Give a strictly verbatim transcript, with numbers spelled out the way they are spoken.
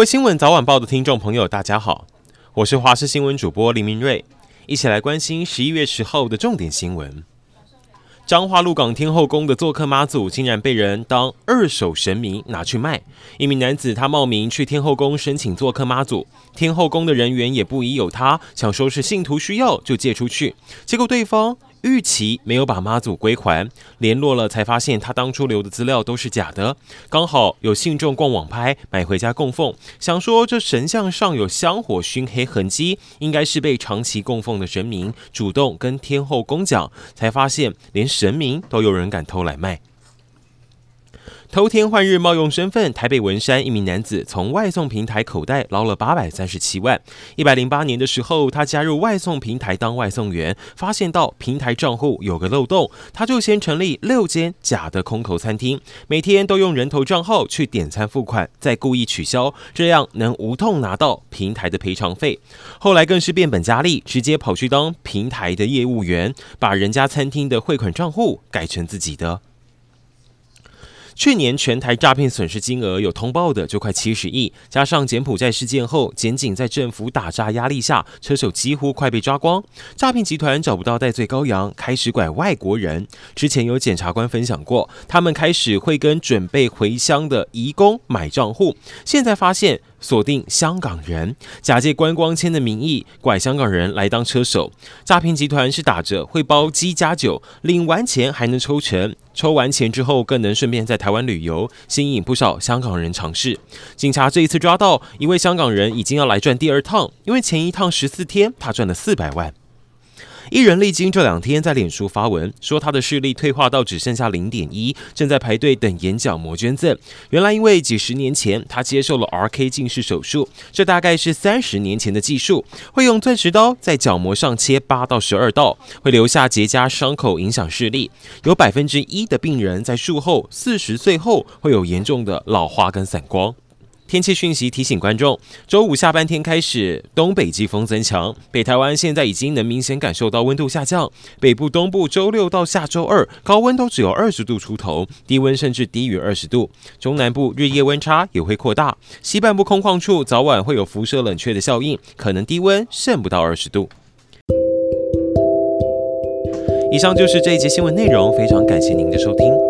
位新闻早晚报的听众朋友，大家好，我是华视新闻主播林明瑞，一起来关心十一月十号的重点新闻。彰化鹿港天后宫的做客妈祖竟然被人当二手神明拿去卖。一名男子他冒名去天后宫申请做客妈祖，天后宫的人员也不疑有他，想说是信徒需要就借出去，结果对方逾期没有把妈祖归还，联络了才发现他当初留的资料都是假的。刚好有信众逛网拍买回家供奉，想说这神像上有香火熏黑痕迹，应该是被长期供奉的神明，主动跟天后宫讲，才发现连神明都有人敢偷来卖。偷天换日冒用身份，台北文山一名男子从外送平台口袋捞了八百三十七万。一百零八年的时候，他加入外送平台当外送员，发现到平台账户有个漏洞，他就先成立六间假的空头餐厅，每天都用人头账号去点餐付款，再故意取消，这样能无痛拿到平台的赔偿费。后来更是变本加厉，直接跑去当平台的业务员，把人家餐厅的汇款账户改成自己的。去年全台诈骗损失金额有通报的就快七十亿，加上柬埔寨事件后，检警在政府打诈压力下，车手几乎快被抓光。诈骗集团找不到代罪羔羊，开始拐外国人。之前有检察官分享过，他们开始会跟准备回乡的移工买账户，现在发现锁定香港人，假借观光签的名义拐香港人来当车手。诈骗集团是打着会包机加酒，领完钱还能抽成，抽完钱之后更能顺便在台湾旅游，吸引不少香港人尝试。警察这一次抓到一位香港人，已经要来赚第二趟，因为前一趟十四天他赚了四百万。艺人历经这两天在脸书发文，说他的视力退化到只剩下 零点一， 正在排队等眼角膜捐赠。原来因为几十年前他接受了 R K 近视手术，这大概是三十年前的技术，会用钻石刀在角膜上切八到十二道，会留下结痂伤口，影响视力。有 百分之一 的病人在术后四十岁后会有严重的老花跟散光。天气讯息提醒观众，周五下半天开始，东北季风增强，北台湾现在已经能明显感受到温度下降。北部、东部周六到下周二，高温都只有二十度出头，低温甚至低于二十度。中南部日夜温差也会扩大，西半部空旷处早晚会有辐射冷却的效应，可能低温剩不到二十度。以上就是这一节新闻内容，非常感谢您的收听。